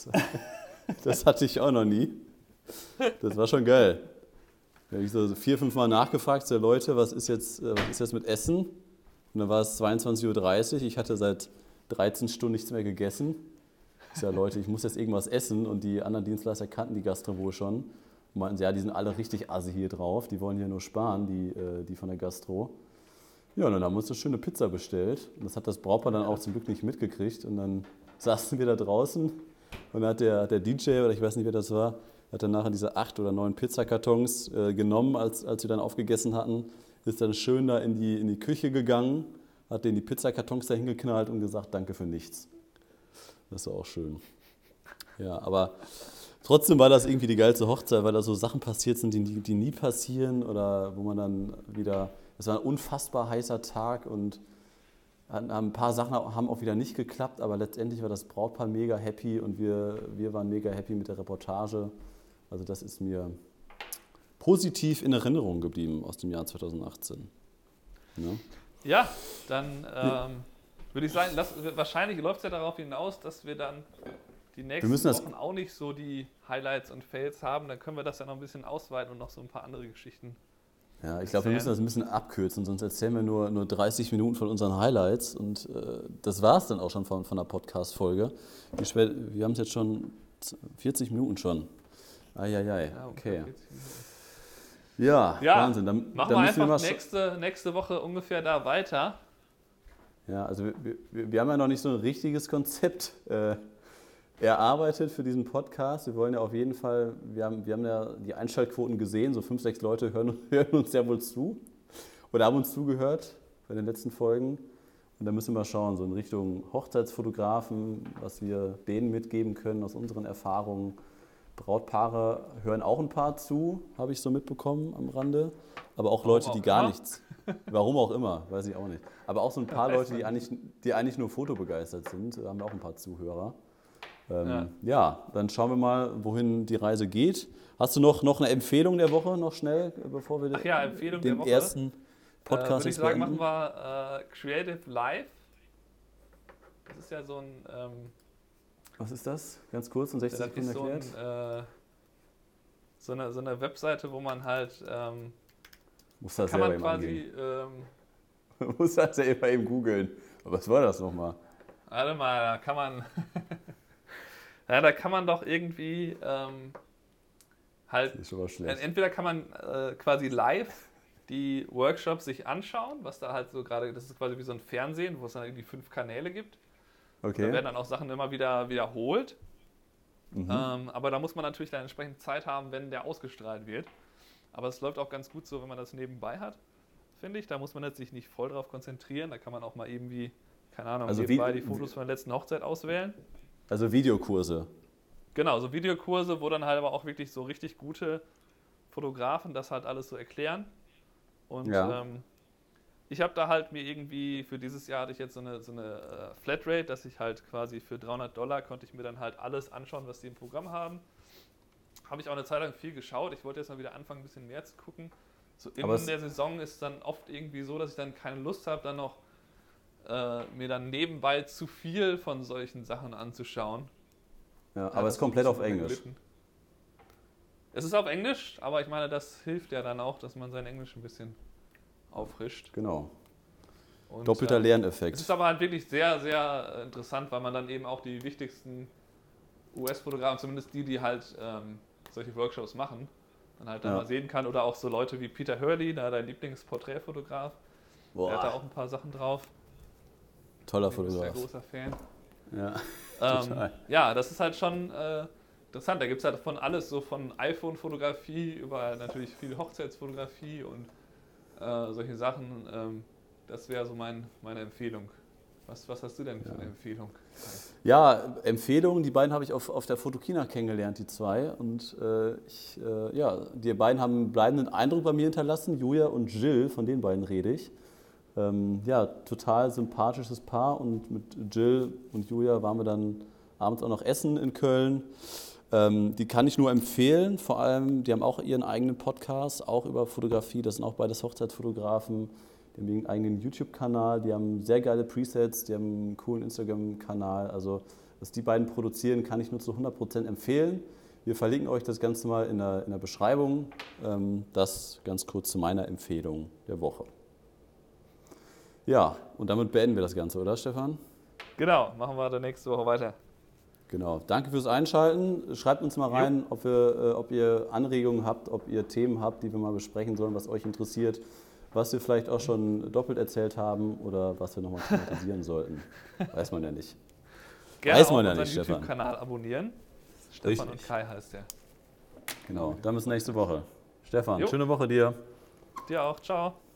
Das hatte ich auch noch nie. Das war schon geil. Da habe ich so 4, 5 Mal nachgefragt, so Leute, was ist jetzt mit Essen? Und dann war es 22:30 Uhr, ich hatte seit 13 Stunden nichts mehr gegessen. Ich sage, Leute, ich muss jetzt irgendwas essen und die anderen Dienstleister kannten die Gastro wohl schon. Und meinten sie, ja, die sind alle richtig assi hier drauf, die wollen hier nur sparen, die von der Gastro. Ja, und dann haben wir uns eine schöne Pizza bestellt. Und das hat das Brautpaar dann auch zum Glück nicht mitgekriegt. Und dann saßen wir da draußen und dann hat der DJ, oder ich weiß nicht, wer das war, hat dann nachher diese 8 oder 9 Pizzakartons genommen, als wir dann aufgegessen hatten, ist dann schön da in die Küche gegangen, hat denen die Pizzakartons da hingeknallt und gesagt, danke für nichts. Das war auch schön. Ja, aber trotzdem war das irgendwie die geilste Hochzeit, weil da so Sachen passiert sind, die nie passieren oder wo man dann wieder, es war ein unfassbar heißer Tag und ein paar Sachen haben auch wieder nicht geklappt, aber letztendlich war das Brautpaar mega happy und wir waren mega happy mit der Reportage. Also das ist mir positiv in Erinnerung geblieben aus dem Jahr 2018. Ja, Ja, dann würde ich sagen, wahrscheinlich läuft es ja darauf hinaus, dass wir dann die nächsten Wochen auch nicht so die Highlights und Fails haben. Dann können wir das ja noch ein bisschen ausweiten und noch so ein paar andere Geschichten. Ja, ich glaube, wir müssen das ein bisschen abkürzen, sonst erzählen wir nur 30 Minuten von unseren Highlights und das war es dann auch schon von der Podcast-Folge. Wir haben es jetzt schon 40 Minuten schon. Eieiei, okay. Ja, Wahnsinn. Dann machen wir einfach nächste Woche ungefähr da weiter. Ja, also wir haben ja noch nicht so ein richtiges Konzept erarbeitet für diesen Podcast. Wir wollen ja auf jeden Fall, wir haben ja die Einschaltquoten gesehen, so 5, 6 Leute hören uns ja wohl zu oder haben uns zugehört bei den letzten Folgen. Und da müssen wir schauen, so in Richtung Hochzeitsfotografen, was wir denen mitgeben können aus unseren Erfahrungen. Brautpaare hören auch ein paar zu, habe ich so mitbekommen am Rande. Aber auch Leute, die gar nichts. Warum auch immer, weiß ich auch nicht. Aber auch so ein paar Leute, die eigentlich nur fotobegeistert sind, haben wir auch ein paar Zuhörer. Ja, dann schauen wir mal, wohin die Reise geht. Hast du noch eine Empfehlung der Woche, noch schnell, bevor wir den ersten Podcast würde ich sagen, machen wir Creative Live. Das ist ja so ein... was ist das? Ganz kurz, in 60 Sekunden erklärt. So eine Webseite, wo man halt... muss das selber eben quasi... muss das ja eben googeln. Aber was war das nochmal? Warte mal, da kann man... Ja, da kann man doch irgendwie halt, entweder kann man quasi live die Workshops sich anschauen, was da halt so gerade, das ist quasi wie so ein Fernsehen, wo es dann irgendwie 5 Kanäle gibt. Okay. Da werden dann auch Sachen immer wieder wiederholt. Mhm. Aber da muss man natürlich dann entsprechend Zeit haben, wenn der ausgestrahlt wird. Aber es läuft auch ganz gut so, wenn man das nebenbei hat, finde ich. Da muss man jetzt sich nicht voll drauf konzentrieren. Da kann man auch mal irgendwie, keine Ahnung, also nebenbei die Fotos von der letzten Hochzeit auswählen. Also Videokurse. Genau, so Videokurse, wo dann halt aber auch wirklich so richtig gute Fotografen das halt alles so erklären. Und ja. Ich habe da halt mir irgendwie, für dieses Jahr hatte ich jetzt so eine Flatrate, dass ich halt quasi für $300 konnte ich mir dann halt alles anschauen, was die im Programm haben. Habe ich auch eine Zeit lang viel geschaut. Ich wollte jetzt mal wieder anfangen, ein bisschen mehr zu gucken. So in der Saison ist es dann oft irgendwie so, dass ich dann keine Lust habe, dann noch mir dann nebenbei zu viel von solchen Sachen anzuschauen. Ja, aber es ist komplett auf Englisch. Es ist auf Englisch, aber ich meine, das hilft ja dann auch, dass man sein Englisch ein bisschen auffrischt. Genau. Und, doppelter Lerneffekt. Es ist aber halt wirklich sehr, sehr interessant, weil man dann eben auch die wichtigsten US-Fotografen, zumindest die halt solche Workshops machen, dann halt da mal sehen kann. Oder auch so Leute wie Peter Hurley, dein Lieblingsporträtfotograf. Der hat da auch ein paar Sachen drauf. Toller Fotograf. Ich bin ein großer Fan. Ja, total. Ja, das ist halt schon interessant. Da gibt es halt von alles, so von iPhone-Fotografie über natürlich viel Hochzeitsfotografie und solche Sachen. Das wäre so meine Empfehlung. Was hast du denn für eine Empfehlung? Ja, Empfehlungen, die beiden habe ich auf der Fotokina kennengelernt, die zwei. Und die beiden haben einen bleibenden Eindruck bei mir hinterlassen. Julia und Jill, von den beiden rede ich. Total sympathisches Paar. Und mit Jill und Julia waren wir dann abends auch noch essen in Köln. Die kann ich nur empfehlen. Vor allem, die haben auch ihren eigenen Podcast, auch über Fotografie. Das sind auch beides Hochzeitsfotografen. Die haben einen eigenen YouTube-Kanal, die haben sehr geile Presets, die haben einen coolen Instagram-Kanal. Also, was die beiden produzieren, kann ich nur zu 100% empfehlen. Wir verlinken euch das Ganze mal in der Beschreibung. Das ganz kurz zu meiner Empfehlung der Woche. Ja, und damit beenden wir das Ganze, oder Stefan? Genau, machen wir dann nächste Woche weiter. Genau, danke fürs Einschalten. Schreibt uns mal rein, ob ihr Anregungen habt, ob ihr Themen habt, die wir mal besprechen sollen, was euch interessiert. Was wir vielleicht auch schon doppelt erzählt haben oder was wir nochmal thematisieren sollten. Weiß man ja nicht. Gerne auch unseren YouTube-Kanal abonnieren. Stefan und Kai heißt der. Genau, dann bis nächste Woche. Stefan, schöne Woche dir. Dir auch, ciao.